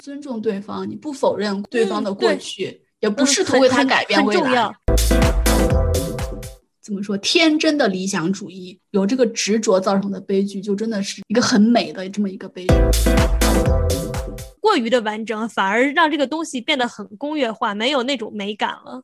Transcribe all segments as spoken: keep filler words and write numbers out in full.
尊重对方，你不否认对方的过去， 嗯、 也不试图为他改变未来。 嗯、 怎么说？天真的理想主义，有这个执着造成的悲剧，就真的是一个很美的这么一个悲剧。 过于的完整，反而让这个东西变得很工业化，没有那种美感了。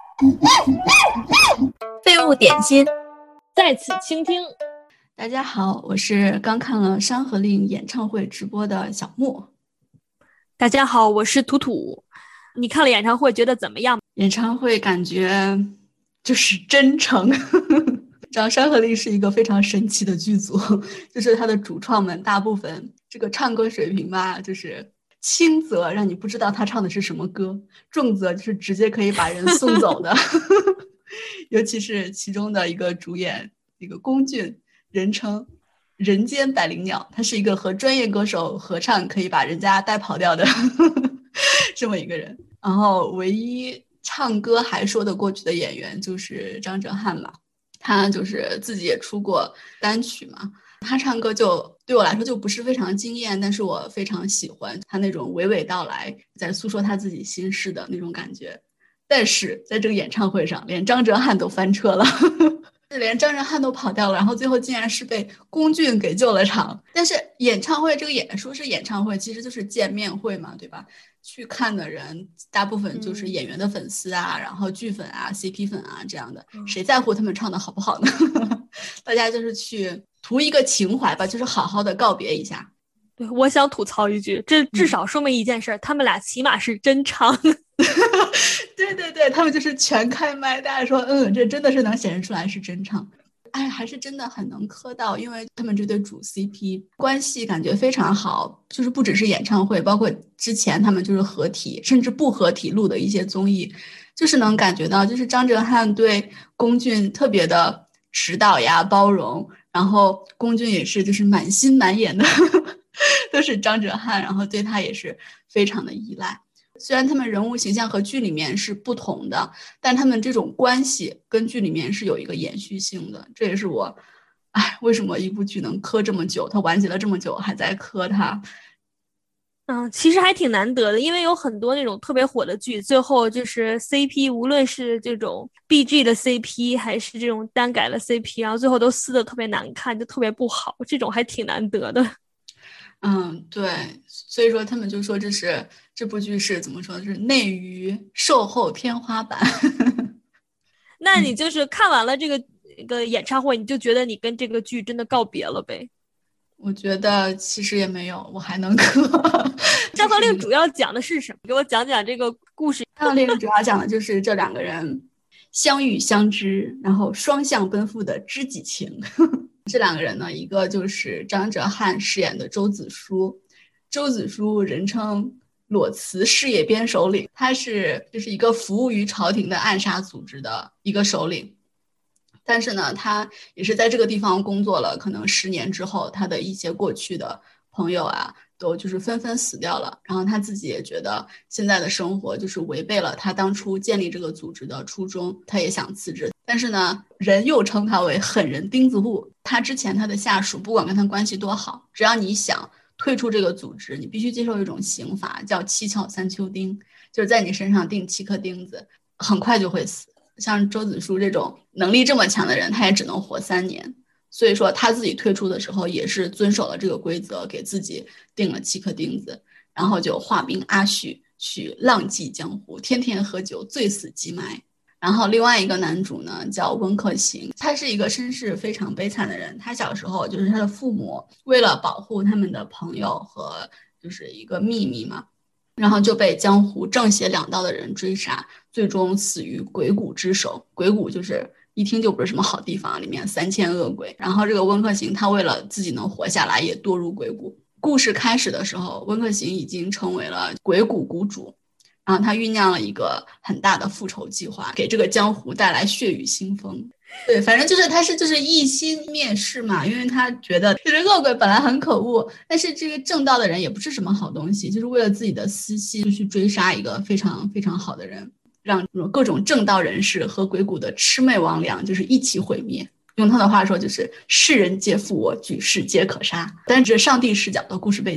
废物点心， 在此倾听。 大家好，我是刚看了山河令演唱会直播的小莫。 大家好，我是图图。你看了演唱会觉得怎么样？ 演唱会感觉就是真诚。然后山河令是一个非常神奇的剧组，就是他的主创们大部分这个唱歌水平吧，就是轻则让你不知道他唱的是什么歌，重则就是直接可以把人送走的。尤其是其中的一个主演一个龚俊，人称人间百灵鸟，他是一个和专业歌手合唱可以把人家带跑掉的这么一个人。然后唯一唱歌还说得过去的演员就是张哲瀚嘛，他就是自己也出过单曲嘛，他唱歌就对我来说就不是非常惊艳，但是我非常喜欢他那种娓娓道来在诉说他自己心事的那种感觉。但是在这个演唱会上连张哲瀚都翻车了连张哲瀚都跑掉了，然后最后竟然是被龚俊给救了场。但是演唱会这个演说是演唱会，其实就是见面会嘛，对吧？去看的人大部分就是演员的粉丝啊、嗯、然后剧粉啊 C P 粉啊这样的，谁在乎他们唱的好不好呢？大家就是去图一个情怀吧，就是好好的告别一下。 对，我想吐槽一句，这至少说明一件事、嗯、他们俩起码是真唱。 对对对，他们就是全开麦，大家说嗯，这真的是能显示出来是真唱。哎，还是真的很能磕到，因为他们这对主 C P 关系感觉非常好，就是不只是演唱会，包括之前他们就是合体甚至不合体录的一些综艺，就是能感觉到就是张哲瀚对龚俊特别的指导呀包容，然后龚俊也是就是满心满眼的都是张哲瀚，然后对他也是非常的依赖。虽然他们人物形象和剧里面是不同的，但他们这种关系跟剧里面是有一个延续性的，这也是我哎，为什么一部剧能磕这么久，它完结了这么久还在磕它。 嗯，其实还挺难得的，因为有很多那种特别火的剧，最后就是 C P， 无论是这种 B G 的 C P 还是这种单改的 C P， 然后最后都撕得特别难看，就特别不好，这种还挺难得的。 嗯，对，所以说他们就说这是这部剧是怎么说，就是内娱售后天花板。 那你就是看完了这个一个演唱会，你就觉得你跟这个剧真的告别了呗？ 我觉得其实也没有，我还能磕。 山河令主要讲的是什么？给我讲讲这个故事。 山河令主要讲的就是这两个人相遇相知，然后双向奔赴的知己情。这两个人呢，一个就是张哲瀚饰演的周子舒，周子舒人称裸辞事业编首领，他是就是一个服务于朝廷的暗杀组织的一个首领，但是呢，他也是在这个地方工作了可能十年之后，他的一些过去的朋友啊都就是纷纷死掉了，然后他自己也觉得现在的生活就是违背了他当初建立这个组织的初衷，他也想辞职。但是呢，人又称他为狠人钉子户，他之前他的下属不管跟他关系多好，只要你想退出这个组织，你必须接受一种刑罚叫七窍三秋钉，就是在你身上钉七颗钉子，很快就会死。像周子舒这种能力这么强的人，他也只能活三年，所以说他自己退出的时候也是遵守了这个规则，给自己钉了七颗钉子，然后就化名阿旭去浪迹江湖，天天喝酒，醉死鸡埋。然后另外一个男主呢叫温客行，他是一个身世非常悲惨的人，他小时候就是他的父母为了保护他们的朋友和就是一个秘密嘛，然后就被江湖正邪两道的人追杀，最终死于鬼谷之手。鬼谷就是一听就不是什么好地方，里面三千恶鬼。然后这个温客行他为了自己能活下来也堕入鬼谷。故事开始的时候，温客行已经成为了鬼谷谷主，然后他酝酿了一个很大的复仇计划，给这个江湖带来血雨腥风。对，反正就是他是就是一心灭世嘛，因为他觉得就是恶鬼本来很可恶，但是这个正道的人也不是什么好东西，就是为了自己的私心就去追杀一个非常非常好的人，让各种正道人士和鬼谷的魑魅魍魉就是一起毁灭。用他的话说就是世人皆负我，举世皆可杀。但是这上帝视角的故事背景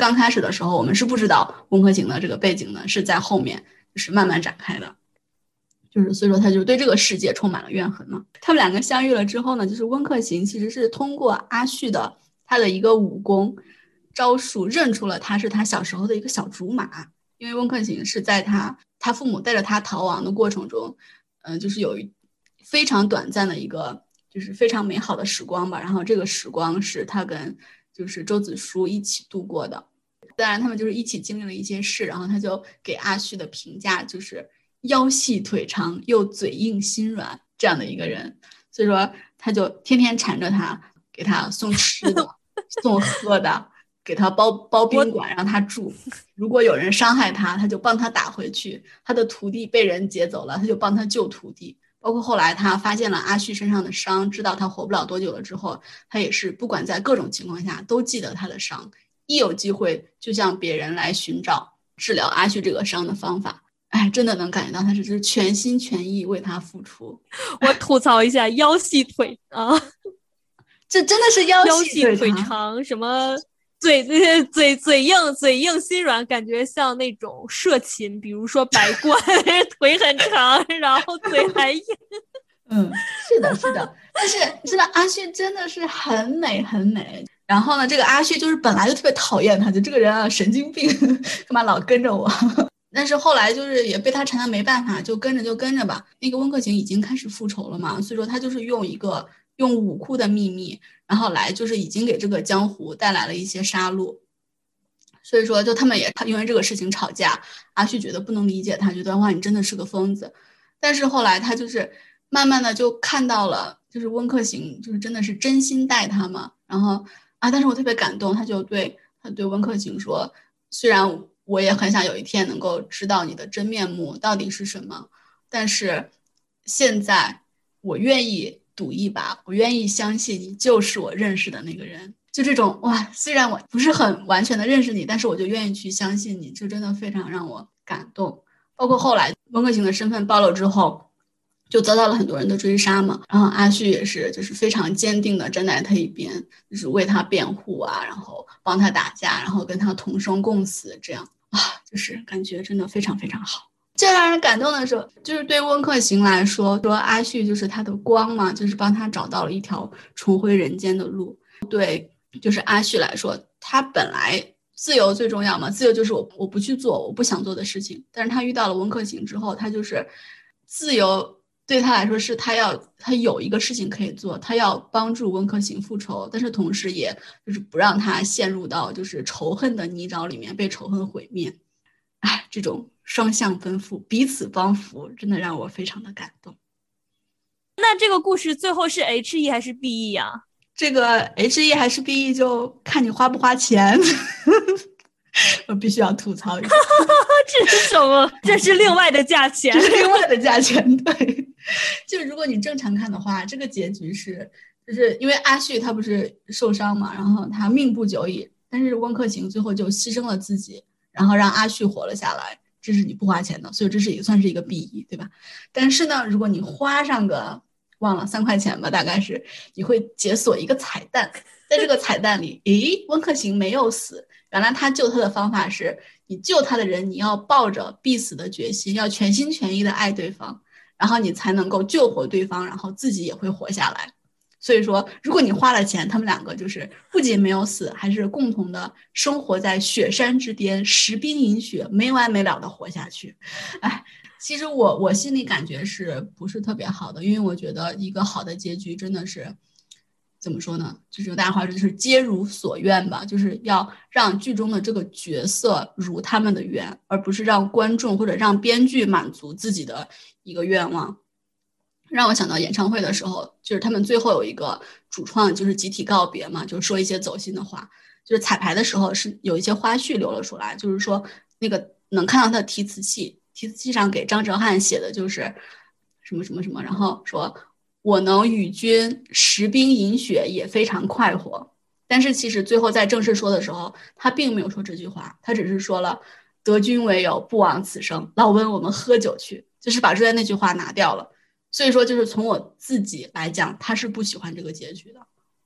刚开始的时候我们是不知道温客行的这个背景呢，是在后面就是慢慢展开的。就是所以说他就对这个世界充满了怨恨嘛。他们两个相遇了之后呢，就是温客行其实是通过阿旭的他的一个武功招数认出了他是他小时候的一个小竹马。因为温客行是在他他父母带着他逃亡的过程中，嗯、呃，就是有非常短暂的一个就是非常美好的时光吧，然后这个时光是他跟就是周子舒一起度过的。当然他们就是一起经历了一些事，然后他就给阿旭的评价就是腰细腿长又嘴硬心软这样的一个人，所以说他就天天缠着他，给他送吃的送喝的，给他包包宾馆让他住，如果有人伤害他他就帮他打回去，他的徒弟被人劫走了他就帮他救徒弟。包括后来他发现了阿旭身上的伤，知道他活不了多久了之后，他也是不管在各种情况下都记得他的伤，一有机会就向别人来寻找治疗阿旭这个伤的方法。哎，真的能感觉到他是就是全心全意为他付出。 我吐槽一下腰细腿啊， 这真的是腰细腿 长, 腿长什么嘴嘴嘴硬嘴硬心软，感觉像那种社禽，比如说白冠腿很长然后嘴还硬。 嗯，是的是的，但是真的阿旭真的是很美很美。然后呢这个阿旭就是本来就特别讨厌他，就这个人啊神经病干嘛老跟着我。但是后来就是也被他缠的没办法，就跟着就跟着吧。那个温客行已经开始复仇了嘛，所以说他就是用一个用武库的秘密，然后来就是已经给这个江湖带来了一些杀戮。所以说就他们也因为这个事情吵架，阿旭觉得不能理解他，觉得哇你真的是个疯子。但是后来他就是慢慢的就看到了，就是温客行就是真的是真心待他嘛。然后啊，但是我特别感动，他就对他对温客行说，虽然我也很想有一天能够知道你的真面目到底是什么，但是现在我愿意赌一把，我愿意相信你就是我认识的那个人。就这种哇，虽然我不是很完全的认识你，但是我就愿意去相信你，就真的非常让我感动。包括后来温客行的身份暴露之后，就遭到了很多人的追杀嘛，然后阿旭也是就是非常坚定的站在他一边，就是为他辩护啊，然后帮他打架，然后跟他同生共死，这样啊，就是感觉真的非常非常好。最让人感动的是，就是对温客行来说，说阿旭就是他的光嘛，就是帮他找到了一条重回人间的路。对，就是阿旭来说，他本来自由最重要嘛，自由就是我我不去做我不想做的事情，但是他遇到了温客行之后，他就是自由对他来说是他要他有一个事情可以做，他要帮助温客行复仇，但是同时也就是不让他陷入到就是仇恨的泥沼里面被仇恨毁灭。哎，这种双向奔赴彼此帮扶真的让我非常的感动。 那这个故事最后是 H E 还是 B E 啊？ 这个 H E 还是 B E 就看你花不花钱。我必须要吐槽一下。 这是什么？这是另外的价钱。 这是另外的价钱，对。就如果你正常看的话，这个结局是就是因为阿旭他不是受伤嘛，然后他命不久矣，但是温客行最后就牺牲了自己，然后让阿旭活了下来，这是你不花钱的，所以这是也算是一个 B E， 对吧？但是呢如果你花上个忘了三块钱吧，大概是你会解锁一个彩蛋，在这个彩蛋里诶，温客行没有死，原来他救他的方法是你救他的人你要抱着必死的决心，要全心全意的爱对方，然后你才能够救活对方，然后自己也会活下来。所以说如果你花了钱，他们两个就是不仅没有死，还是共同的生活在雪山之巅，食冰饮雪，没完没了的活下去。哎，其实我我心里感觉是不是特别好的，因为我觉得一个好的结局真的是怎么说呢，就是有大话就是皆如所愿吧，就是要让剧中的这个角色如他们的愿，而不是让观众或者让编剧满足自己的一个愿望。让我想到演唱会的时候，就是他们最后有一个主创就是集体告别嘛，就是说一些走心的话，就是彩排的时候是有一些花絮流了出来，就是说那个能看到他的提词器，提词器上给张哲瀚写的就是什么什么什么，然后说我能与君食冰饮雪也非常快活。但是其实最后在正式说的时候，他并没有说这句话，他只是说了得君为友不枉此生，老温我们喝酒去，就是把中间那句话拿掉了。所以说就是从我自己来讲，他是不喜欢这个结局的。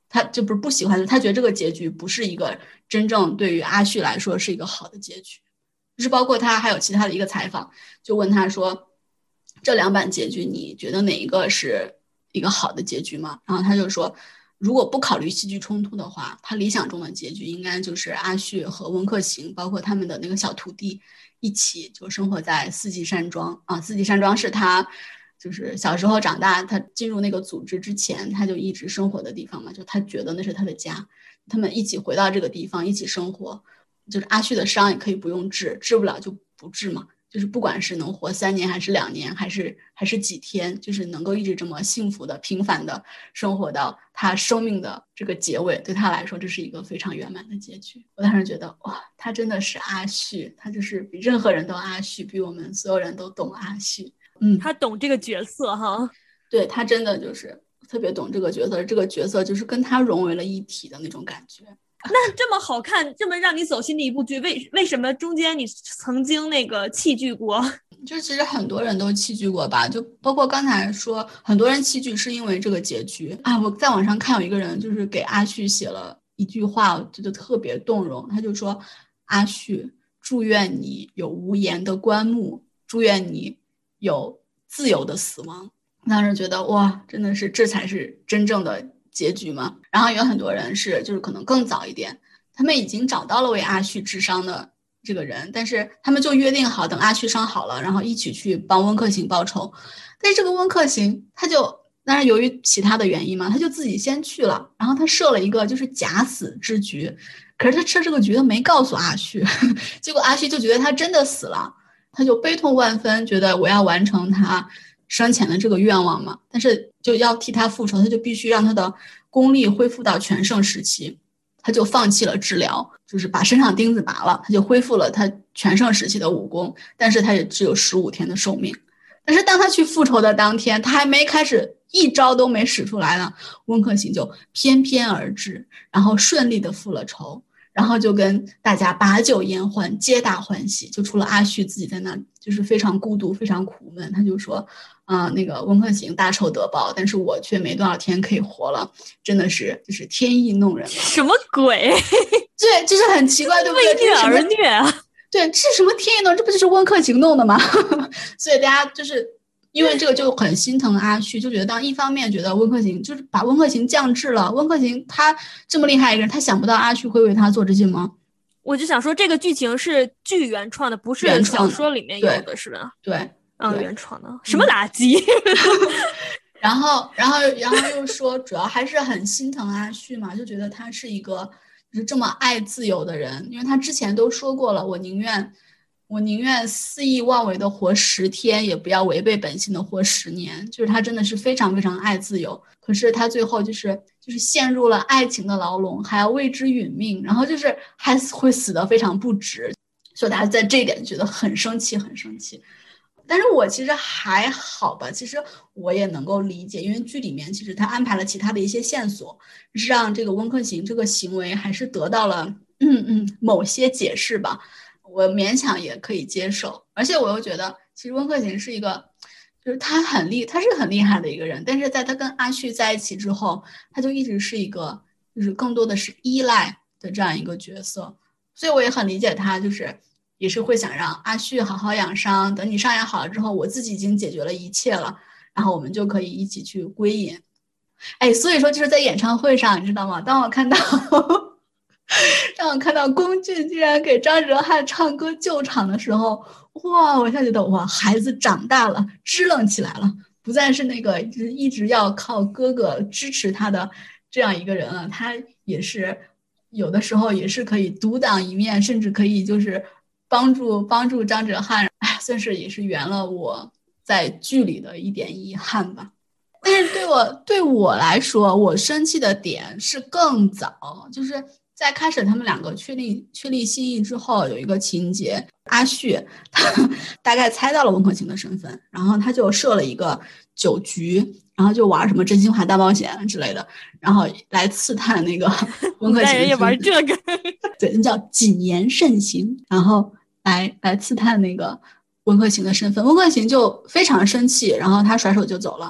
他就不是不喜欢，他觉得这个结局不是一个真正对于阿旭来说是一个好的结局。就是包括他还有其他的一个采访，就问他说这两版结局你觉得哪一个是一个好的结局吗？然后他就说如果不考虑戏剧冲突的话，他理想中的结局应该就是阿旭和温客行包括他们的那个小徒弟一起就生活在四季山庄啊，四季山庄是他就是小时候长大，他进入那个组织之前他就一直生活的地方嘛，就他觉得那是他的家，他们一起回到这个地方一起生活，就是阿旭的伤也可以不用治，治不了就不治嘛，就是不管是能活三年还是两年还是还是几天，就是能够一直这么幸福的平凡的生活到他生命的这个结尾，对他来说这是一个非常圆满的结局。我当时觉得哇，他真的是阿旭，他就是比任何人都阿旭，比我们所有人都懂阿旭。嗯， 他懂这个角色哈， 对，他真的就是特别懂这个角色，这个角色就是跟他融为了一体的那种感觉。 那这么好看，这么让你走心的一部剧，为为什么中间你曾经那个弃剧过？ 就其实很多人都弃剧过吧，就包括刚才说很多人弃剧是因为这个结局啊。我在网上看有一个人就是给阿旭写了一句话，我觉得特别动容，他就说阿旭，祝愿你有无言的棺木，祝愿你有自由的死亡。当时觉得哇，真的是这才是真正的结局嘛。然后有很多人是就是可能更早一点，他们已经找到了为阿旭治伤的这个人，但是他们就约定好等阿旭伤好了然后一起去帮温客行报仇。但是这个温客行他就当然由于其他的原因嘛，他就自己先去了，然后他设了一个就是假死之局，可是他设这个局他没告诉阿旭结果阿旭就觉得他真的死了，他就悲痛万分，觉得我要完成他生前的这个愿望嘛，但是就要替他复仇，他就必须让他的功力恢复到全盛时期，他就放弃了治疗，就是把身上钉子拔了，他就恢复了他全盛时期的武功，但是他也只有十五天的寿命。但是当他去复仇的当天，他还没开始，一招都没使出来呢，温客行就翩翩而至，然后顺利的复了仇，然后就跟大家把酒言欢，皆大欢喜，就除了阿旭自己在那就是非常孤独非常苦闷，他就说啊、呃，那个温客行大仇得报，但是我却没多少天可以活了，真的是就是天意弄人了。 什么鬼？ 对，就是很奇怪，对不对？ 为虐而虐啊！ 对，这是什么天意弄？这不就是温客行弄的吗？所以大家就是因为这个就很心疼阿旭，就觉得当一方面觉得温客行就是把温客行降智了，温客行他这么厉害一个人，他想不到阿旭会为他做这些吗？ 我就想说，这个剧情是剧原创的，不是小说里面有的，是吧？ 对， 嗯，原创的，什么垃圾？ 然后，然后，然后又说，主要还是很心疼阿旭嘛，就觉得他是一个就是这么爱自由的人，因为他之前都说过了，我宁愿我宁愿肆意妄为的活十天，也不要违背本心的活十年。就是他真的是非常非常爱自由，可是他最后就是就是陷入了爱情的牢笼，还要为之殒命，然后就是还会死得非常不值，所以大家在这一点觉得很生气，很生气。但是我其实还好吧，其实我也能够理解，因为剧里面其实他安排了其他的一些线索，让这个温客行这个行为还是得到了嗯嗯某些解释吧，我勉强也可以接受。而且我又觉得其实温客行是一个就是他很厉他是很厉害的一个人，但是在他跟阿旭在一起之后，他就一直是一个就是更多的是依赖的这样一个角色，所以我也很理解他，就是也是会想让阿旭好好养伤，等你伤养好了之后，我自己已经解决了一切了，然后我们就可以一起去归隐。哎，所以说就是在演唱会上，你知道吗？当我看到当我看到龚俊居然给张哲瀚唱歌救场的时候，哇，我一下觉得哇，孩子长大了，支棱起来了，不再是那个就是一直要靠哥哥支持他的这样一个人了，他也是有的时候也是可以独当一面，甚至可以就是帮助帮助张哲瀚，哎，算是也是圆了我在剧里的一点遗憾吧。但是对我对我来说，我生气的点是更早，就是在开始他们两个确立确立心意之后，有一个情节，阿旭他大概猜到了温客行的身份，然后他就设了一个酒局，然后就玩什么真心话大冒险之类的，然后来刺探那个温客行的身份。古代人也玩这个， 对，那叫谨言慎行，然后来来刺探那个温客行的身份。温客行就非常生气，然后他甩手就走了。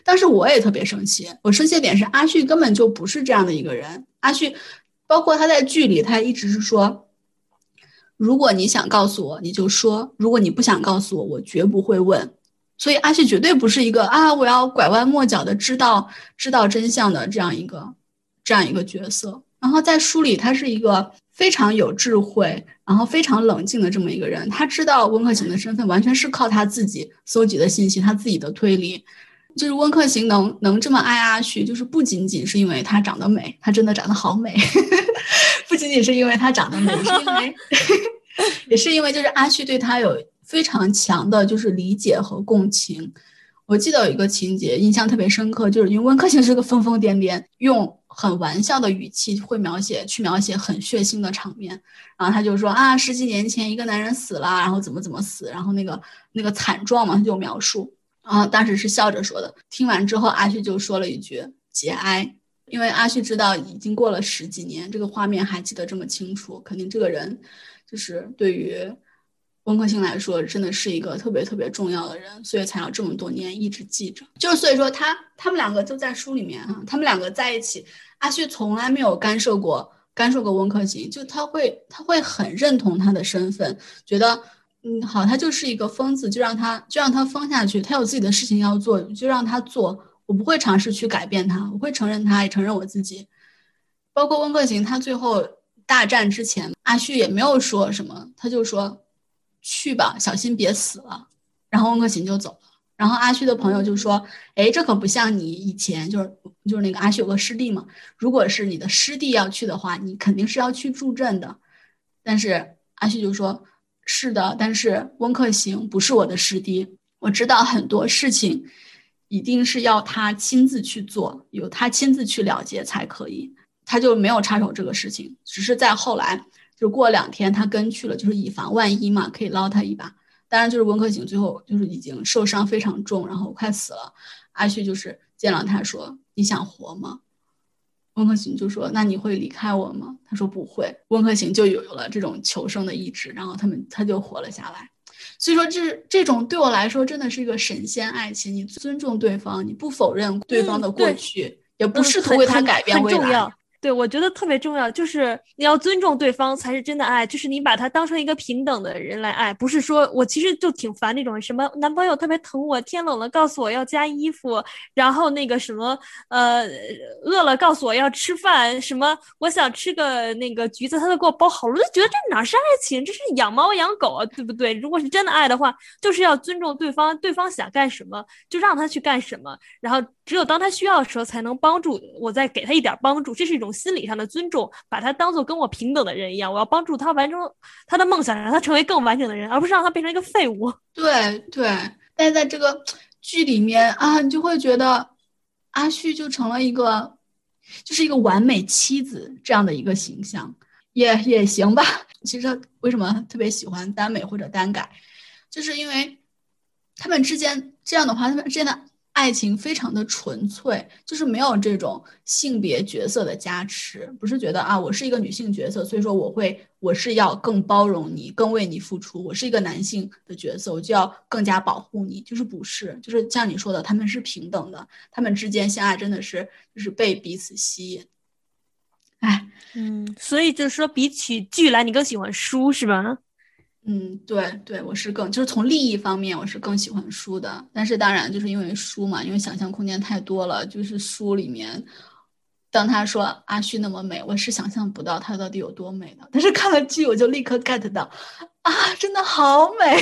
当时我也特别生气，我生气的点是阿旭根本就不是这样的一个人。阿旭包括他在剧里他一直是说，如果你想告诉我你就说，如果你不想告诉我我绝不会问。所以阿旭绝对不是一个啊我要拐弯抹角的知道知道真相的这样一个这样一个角色。然后在书里他是一个非常有智慧然后非常冷静的这么一个人，他知道温客行的身份完全是靠他自己搜集的信息，他自己的推理。就是温客行能能这么爱阿旭，就是不仅仅是因为他长得美，他真的长得好美不仅仅是因为他长得美，是因为也是因为就是阿旭对他有非常强的就是理解和共情。我记得有一个情节印象特别深刻，就是因为温客行是个疯疯癫癫，用很玩笑的语气会描写去描写很血腥的场面，然后他就说啊十几年前一个男人死了，然后怎么怎么死，然后那个那个惨状嘛他就描述，然后当时是笑着说的。听完之后阿旭就说了一句节哀，因为阿旭知道已经过了十几年，这个画面还记得这么清楚，肯定这个人就是对于温客行来说真的是一个特别特别重要的人，所以才要这么多年一直记着。就是所以说他他们两个就在书里面啊，他们两个在一起，阿旭从来没有干涉过干涉过温客行，就他会他会很认同他的身份，觉得嗯好，他就是一个疯子，就让他就让他疯下去，他有自己的事情要做就让他做，我不会尝试去改变他，我会承认他也承认我自己。包括温客行他最后大战之前阿旭也没有说什么，他就说去吧，小心别死了，然后温客行就走了。然后阿旭的朋友就说哎，这可不像你以前就是就是那个阿旭有个师弟嘛，如果是你的师弟要去的话你肯定是要去助阵的。但是阿旭就说是的，但是温客行不是我的师弟，我知道很多事情一定是要他亲自去做，有他亲自去了结才可以，他就没有插手这个事情，只是在后来就过两天他跟去了，就是以防万一嘛，可以捞他一把。当然就是温客行最后就是已经受伤非常重，然后快死了，阿旭就是见了他说你想活吗？温客行就说那你会离开我吗？他说不会。温客行就有了这种求生的意志，然后他们他就活了下来。所以说这这种对我来说真的是一个神仙爱情，你尊重对方，你不否认对方的过去、嗯、也不试图为他改变未来、 嗯、很, 很, 很重要。对，我觉得特别重要，就是你要尊重对方才是真的爱，就是你把他当成一个平等的人来爱，不是说我其实就挺烦那种什么男朋友特别疼我，天冷了告诉我要加衣服，然后那个什么呃饿了告诉我要吃饭，什么我想吃个那个橘子他都给我包好了，我就觉得这哪是爱情，这是养猫养狗啊，对不对？如果是真的爱的话，就是要尊重对方，对方想干什么就让他去干什么，然后只有当他需要的时候才能帮助我，再给他一点帮助，这是一种心理上的尊重，把他当做跟我平等的人一样，我要帮助他完成他的梦想，让他成为更完整的人，而不是让他变成一个废物。 对对，但在这个剧里面啊，你就会觉得阿旭就成了一个就是一个完美妻子这样的一个形象，也也行吧。其实为什么特别喜欢耽美或者耽改，就是因为他们之间这样的话，他们之间的爱情非常的纯粹，就是没有这种性别角色的加持，不是觉得啊我是一个女性角色，所以说我会我是要更包容你，更为你付出，我是一个男性的角色，我就要更加保护你，就是不是，就是像你说的他们是平等的，他们之间相爱真的是就是被彼此吸引。哎， 嗯，所以就是说比起剧来你更喜欢书是吧？ 嗯，对对，我是更就是从利益方面我是更喜欢书的，但是当然就是因为书嘛，因为想象空间太多了，就是书里面当他说阿旭那么美，我是想象不到他到底有多美的，但是看了剧我就立刻 get 到啊，真的好美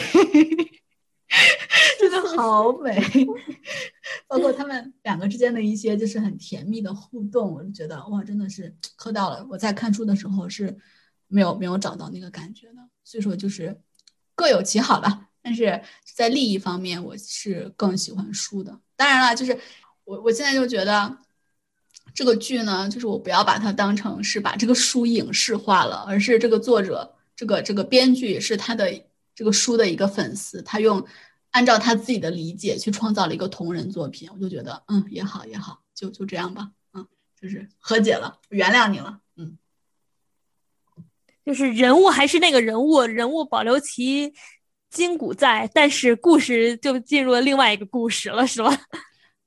真的好美包括他们两个之间的一些就是很甜蜜的互动，我就觉得哇真的是磕到了，我在看书的时候是没有没有找到那个感觉的，所以说就是各有其好吧，但是在利益方面我是更喜欢书的。当然了，就是我我现在就觉得这个剧呢，就是我不要把它当成是把这个书影视化了，而是这个作者这个这个编剧是他的这个书的一个粉丝，他用按照他自己的理解去创造了一个同人作品，我就觉得嗯也好也好，就就这样吧，嗯，就是和解了，原谅你了，嗯。 就是人物还是那个人物，人物保留其筋骨在，但是故事就进入了另外一个故事了，是吧？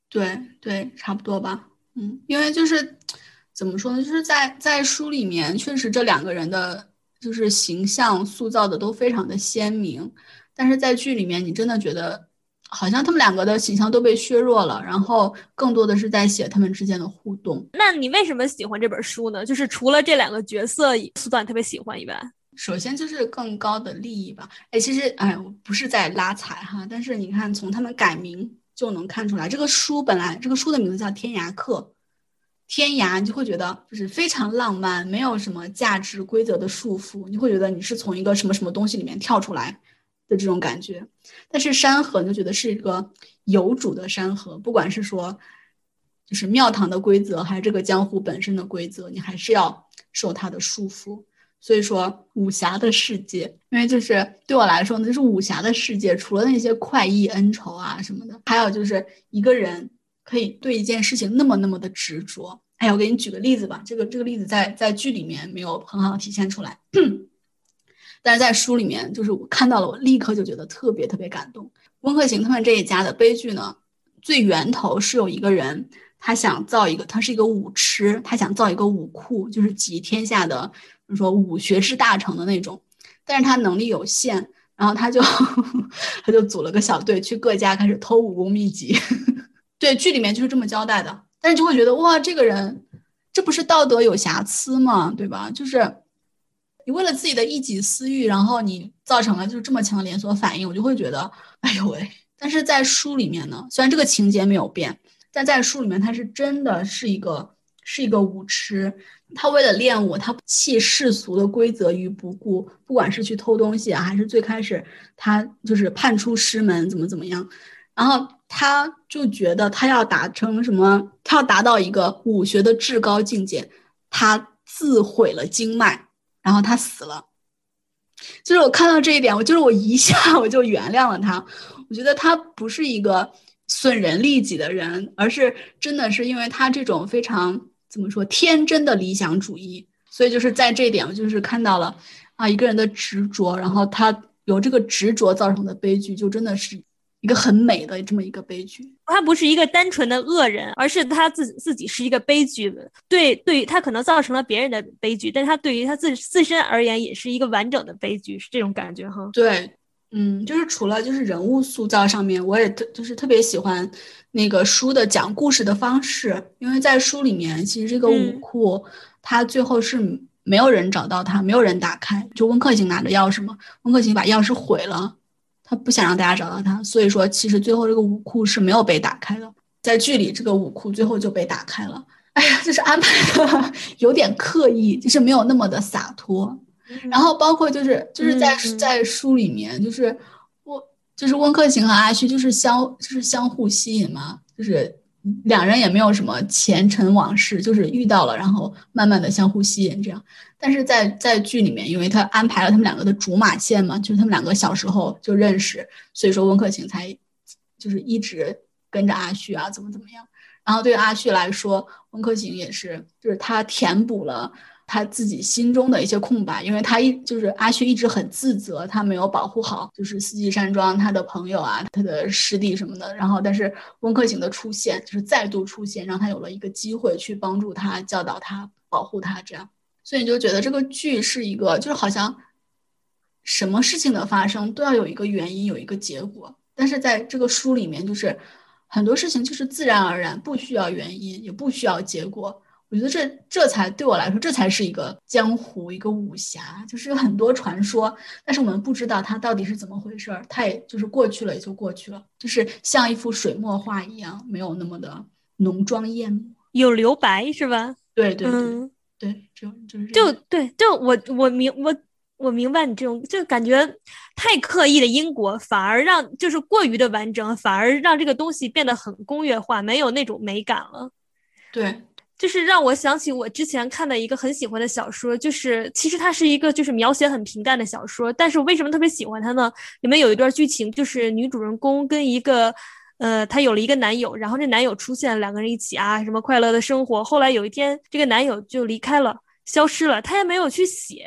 对对，差不多吧。嗯，因为就是怎么说呢，就是在在书里面，确实这两个人的就是形象塑造的都非常的鲜明，但是在剧里面，你真的觉得好像他们两个的形象都被削弱了，然后更多的是在写他们之间的互动。 那你为什么喜欢这本书呢？就是除了这两个角色塑造你特别喜欢以外。 首先就是更高的利益吧。哎，其实哎，我不是在拉踩哈，但是你看从他们改名就能看出来，这个书本来这个书的名字叫《天涯客》，天涯你就会觉得就是非常浪漫，没有什么价值规则的束缚，你会觉得你是从一个什么什么东西里面跳出来的这种感觉。但是山河你就觉得是一个有主的山河，不管是说就是庙堂的规则，还是这个江湖本身的规则，你还是要受它的束缚。所以说武侠的世界，因为就是对我来说呢，就是武侠的世界，除了那些快意恩仇啊什么的，还有就是一个人可以对一件事情那么那么的执着。哎，我给你举个例子吧，这个这个例子在在剧里面没有很好的体现出来，但是在书里面，就是我看到了，我立刻就觉得特别特别感动。温客行他们这一家的悲剧呢，最源头是有一个人，他想造一个，他是一个武痴，他想造一个武库，就是集天下的，比如说武学之大成的那种，但是他能力有限，然后他就他就组了个小队去各家开始偷武功秘籍。对，剧里面就是这么交代的，但是就会觉得哇，这个人这不是道德有瑕疵吗？对吧？就是你为了自己的一己私欲，然后你造成了就是这么强的连锁反应，我就会觉得哎呦喂。但是在书里面呢，虽然这个情节没有变，但在书里面他是真的是一个是一个武痴，他为了练武，他弃世俗的规则于不顾，不管是去偷东西啊，还是最开始他就是叛出师门怎么怎么样，然后他就觉得他要达成什么，他要达到一个武学的至高境界，他自毁了经脉，然后他死了。就是我看到这一点，我就是我一下我就原谅了他。我觉得他不是一个损人利己的人，而是真的是因为他这种非常怎么说天真的理想主义，所以就是在这一点，我就是看到了啊一个人的执着，然后他有这个执着造成的悲剧，就真的是一个很美的这么一个悲剧。 他不是一个单纯的恶人，而是他自自己是一个悲剧。对，对他可能造成了别人的悲剧，但是他对于他自自身而言也是一个完整的悲剧，是这种感觉哈。 对，嗯，就是除了就是人物塑造上面，我也特就是特别喜欢那个书的讲故事的方式，因为在书里面，其实这个武库、嗯、他最后是没有人找到他，没有人打开，就温客行拿着钥匙嘛，温客行把钥匙毁了。他不想让大家找到他，所以说其实最后这个武库是没有被打开的。在剧里，这个武库最后就被打开了。哎呀，就是安排的有点刻意，就是没有那么的洒脱。嗯、然后包括就是就是在、嗯、在书里面，就是我就是温客行和阿旭就是相就是相互吸引嘛，就是两人也没有什么前尘往事，就是遇到了，然后慢慢的相互吸引这样。但是在在剧里面，因为他安排了他们两个的竹马线嘛，就是他们两个小时候就认识，所以说温客行才就是一直跟着阿旭啊，怎么怎么样。然后对阿旭来说，温客行也是，就是他填补了他自己心中的一些空白，因为他一就是阿旭一直很自责，他没有保护好就是四季山庄他的朋友啊，他的师弟什么的。然后但是温客行的出现，就是再度出现，让他有了一个机会去帮助他、教导他、保护他这样。所以你就觉得这个剧是一个，就是好像什么事情的发生都要有一个原因，有一个结果。但是在这个书里面，就是很多事情就是自然而然，不需要原因，也不需要结果。我觉得这这才对我来说，这才是一个江湖，一个武侠，就是有很多传说，但是我们不知道它到底是怎么回事儿，它也就是过去了也就过去了，就是像一幅水墨画一样，没有那么的浓妆艳抹， 有留白是吧？ 对对对。 嗯对，就就是就对，就我我明我我明白你这种，就感觉太刻意的因果，反而让就是过于的完整，反而让这个东西变得很工业化，没有那种美感了。 对， 就是让我想起我之前看的一个很喜欢的小说，就是其实它是一个就是描写很平淡的小说，但是我为什么特别喜欢它呢？里面有一段剧情，就是女主人公跟一个。呃，她有了一个男友，然后这男友出现，两个人一起啊，什么快乐的生活。后来有一天，这个男友就离开了，消失了，她也没有去写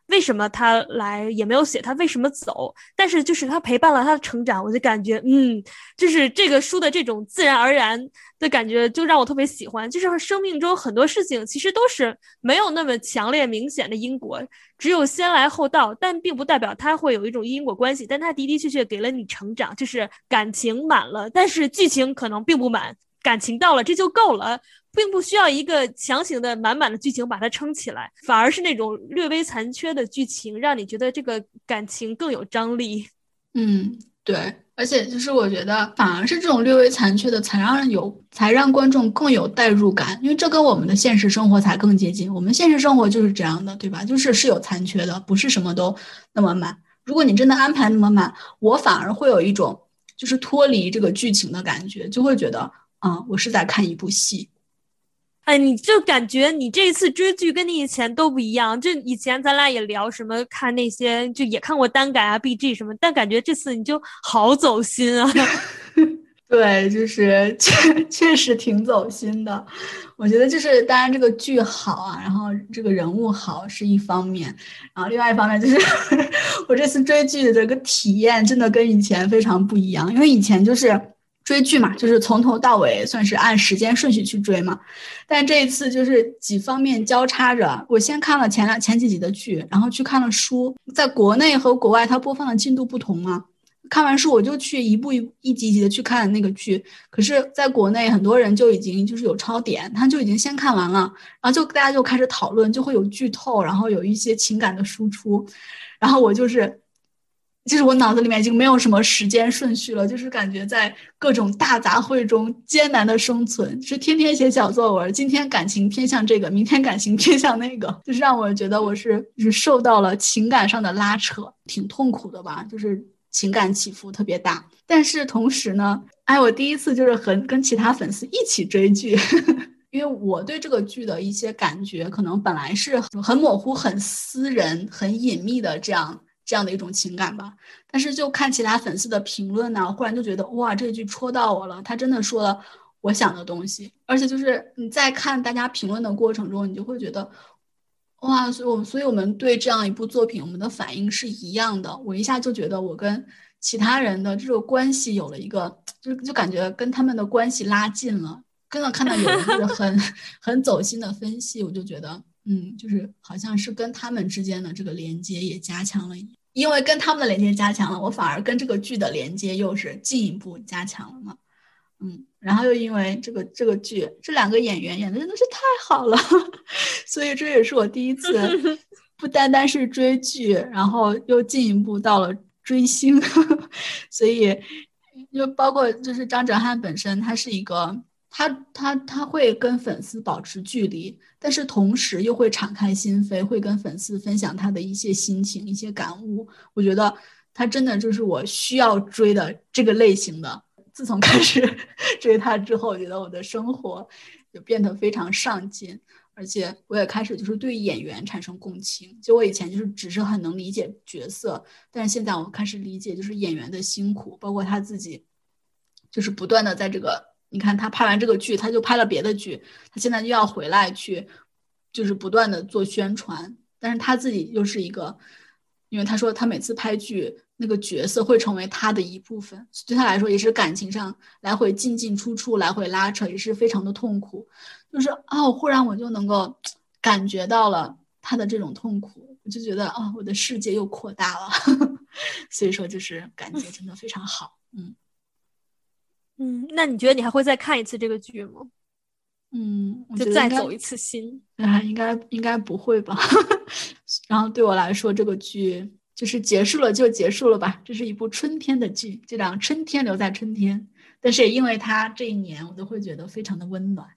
为什么他来，也没有写他为什么走，但是就是他陪伴了他的成长，我就感觉嗯，就是这个书的这种自然而然的感觉就让我特别喜欢。就是生命中很多事情其实都是没有那么强烈明显的因果，只有先来后到，但并不代表它会有一种因果关系，但它的的确确给了你成长，就是感情满了，但是剧情可能并不满，感情到了这就够了，并不需要一个强行的满满的剧情把它撑起来，反而是那种略微残缺的剧情让你觉得这个感情更有张力。 嗯，对，而且就是我觉得反而是这种略微残缺的才让人有才让观众更有代入感，因为这跟我们的现实生活才更接近。我们现实生活就是这样的，对吧？就是是有残缺的，不是什么都那么满。如果你真的安排那么满，我反而会有一种就是脱离这个剧情的感觉，就会觉得啊、嗯，我是在看一部戏。 哎，你就感觉你这一次追剧跟你以前都不一样。就以前咱俩也聊什么看那些，就也看过单改啊、B G 什么，但感觉这次你就好走心啊。 对，就是确确实挺走心的。我觉得就是，当然这个剧好啊，然后这个人物好是一方面，然后另外一方面就是我这次追剧的这个体验真的跟以前非常不一样。因为以前就是追剧嘛，就是从头到尾算是按时间顺序去追嘛，但这一次就是几方面交叉着。我先看了前两前几集的剧，然后去看了书，在国内和国外它播放的进度不同嘛。看完书我就去一步一一集一集的去看那个剧，可是在国内很多人就已经就是有超点，他就已经先看完了，然后就大家就开始讨论，就会有剧透，然后有一些情感的输出，然后我就是就是我脑子里面已经没有什么时间顺序了，就是感觉在各种大杂烩中艰难的生存，是天天写小作文，今天感情偏向这个，明天感情偏向那个，就是让我觉得我是就是受到了情感上的拉扯，挺痛苦的吧，就是情感起伏特别大。但是同时呢，哎，我第一次就是很跟其他粉丝一起追剧。因为我对这个剧的一些感觉可能本来是很模糊、很私人、很隐秘的这样这样的一种情感吧，但是就看其他粉丝的评论呢，忽然就觉得哇，这句戳到我了，他真的说了我想的东西。而且就是你在看大家评论的过程中，你就会觉得哇，所以我所以我们对这样一部作品，我们的反应是一样的。我一下就觉得我跟其他人的这个关系有了一个，就就感觉跟他们的关系拉近了。真的看到有人就是很很走心的分析，我就觉得，嗯，就是好像是跟他们之间的这个连接也加强了，因为跟他们的连接加强了，我反而跟这个剧的连接又是进一步加强了嘛。嗯，然后又因为这个这个剧，这两个演员演的真的是太好了，所以这也是我第一次不单单是追剧，然后又进一步到了追星，所以就包括就是张哲瀚本身，他是一个他他他会跟粉丝保持距离，但是同时又会敞开心扉，会跟粉丝分享他的一些心情、一些感悟。我觉得他真的就是我需要追的这个类型的。自从开始追他之后，我觉得我的生活就变得非常上进，而且我也开始就是对演员产生共情。就我以前就是只是很能理解角色，但是现在我开始理解就是演员的辛苦，包括他自己就是不断的在这个，你看他拍完这个剧，他就拍了别的剧，他现在又要回来去就是不断的做宣传，但是他自己又是一个，因为他说他每次拍剧那个角色会成为他的一部分，对他来说也是感情上来回进进出出，来回拉扯，也是非常的痛苦。就是啊，忽然我就能够感觉到了他的这种痛苦，我就觉得啊，我的世界又扩大了。所以说就是感觉真的非常好。嗯嗯，那你觉得你还会再看一次这个剧吗？ 嗯，我就觉得应该再走一次心？ 啊，应该应该不会吧。然后对我来说，这个剧就是结束了就结束了吧。这是一部春天的剧，就让春天留在春天。但是也因为它这一年，我都会觉得非常的温暖。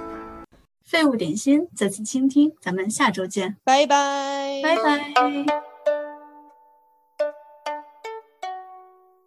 废物点心，再次倾听，咱们下周见， 拜拜， 拜拜。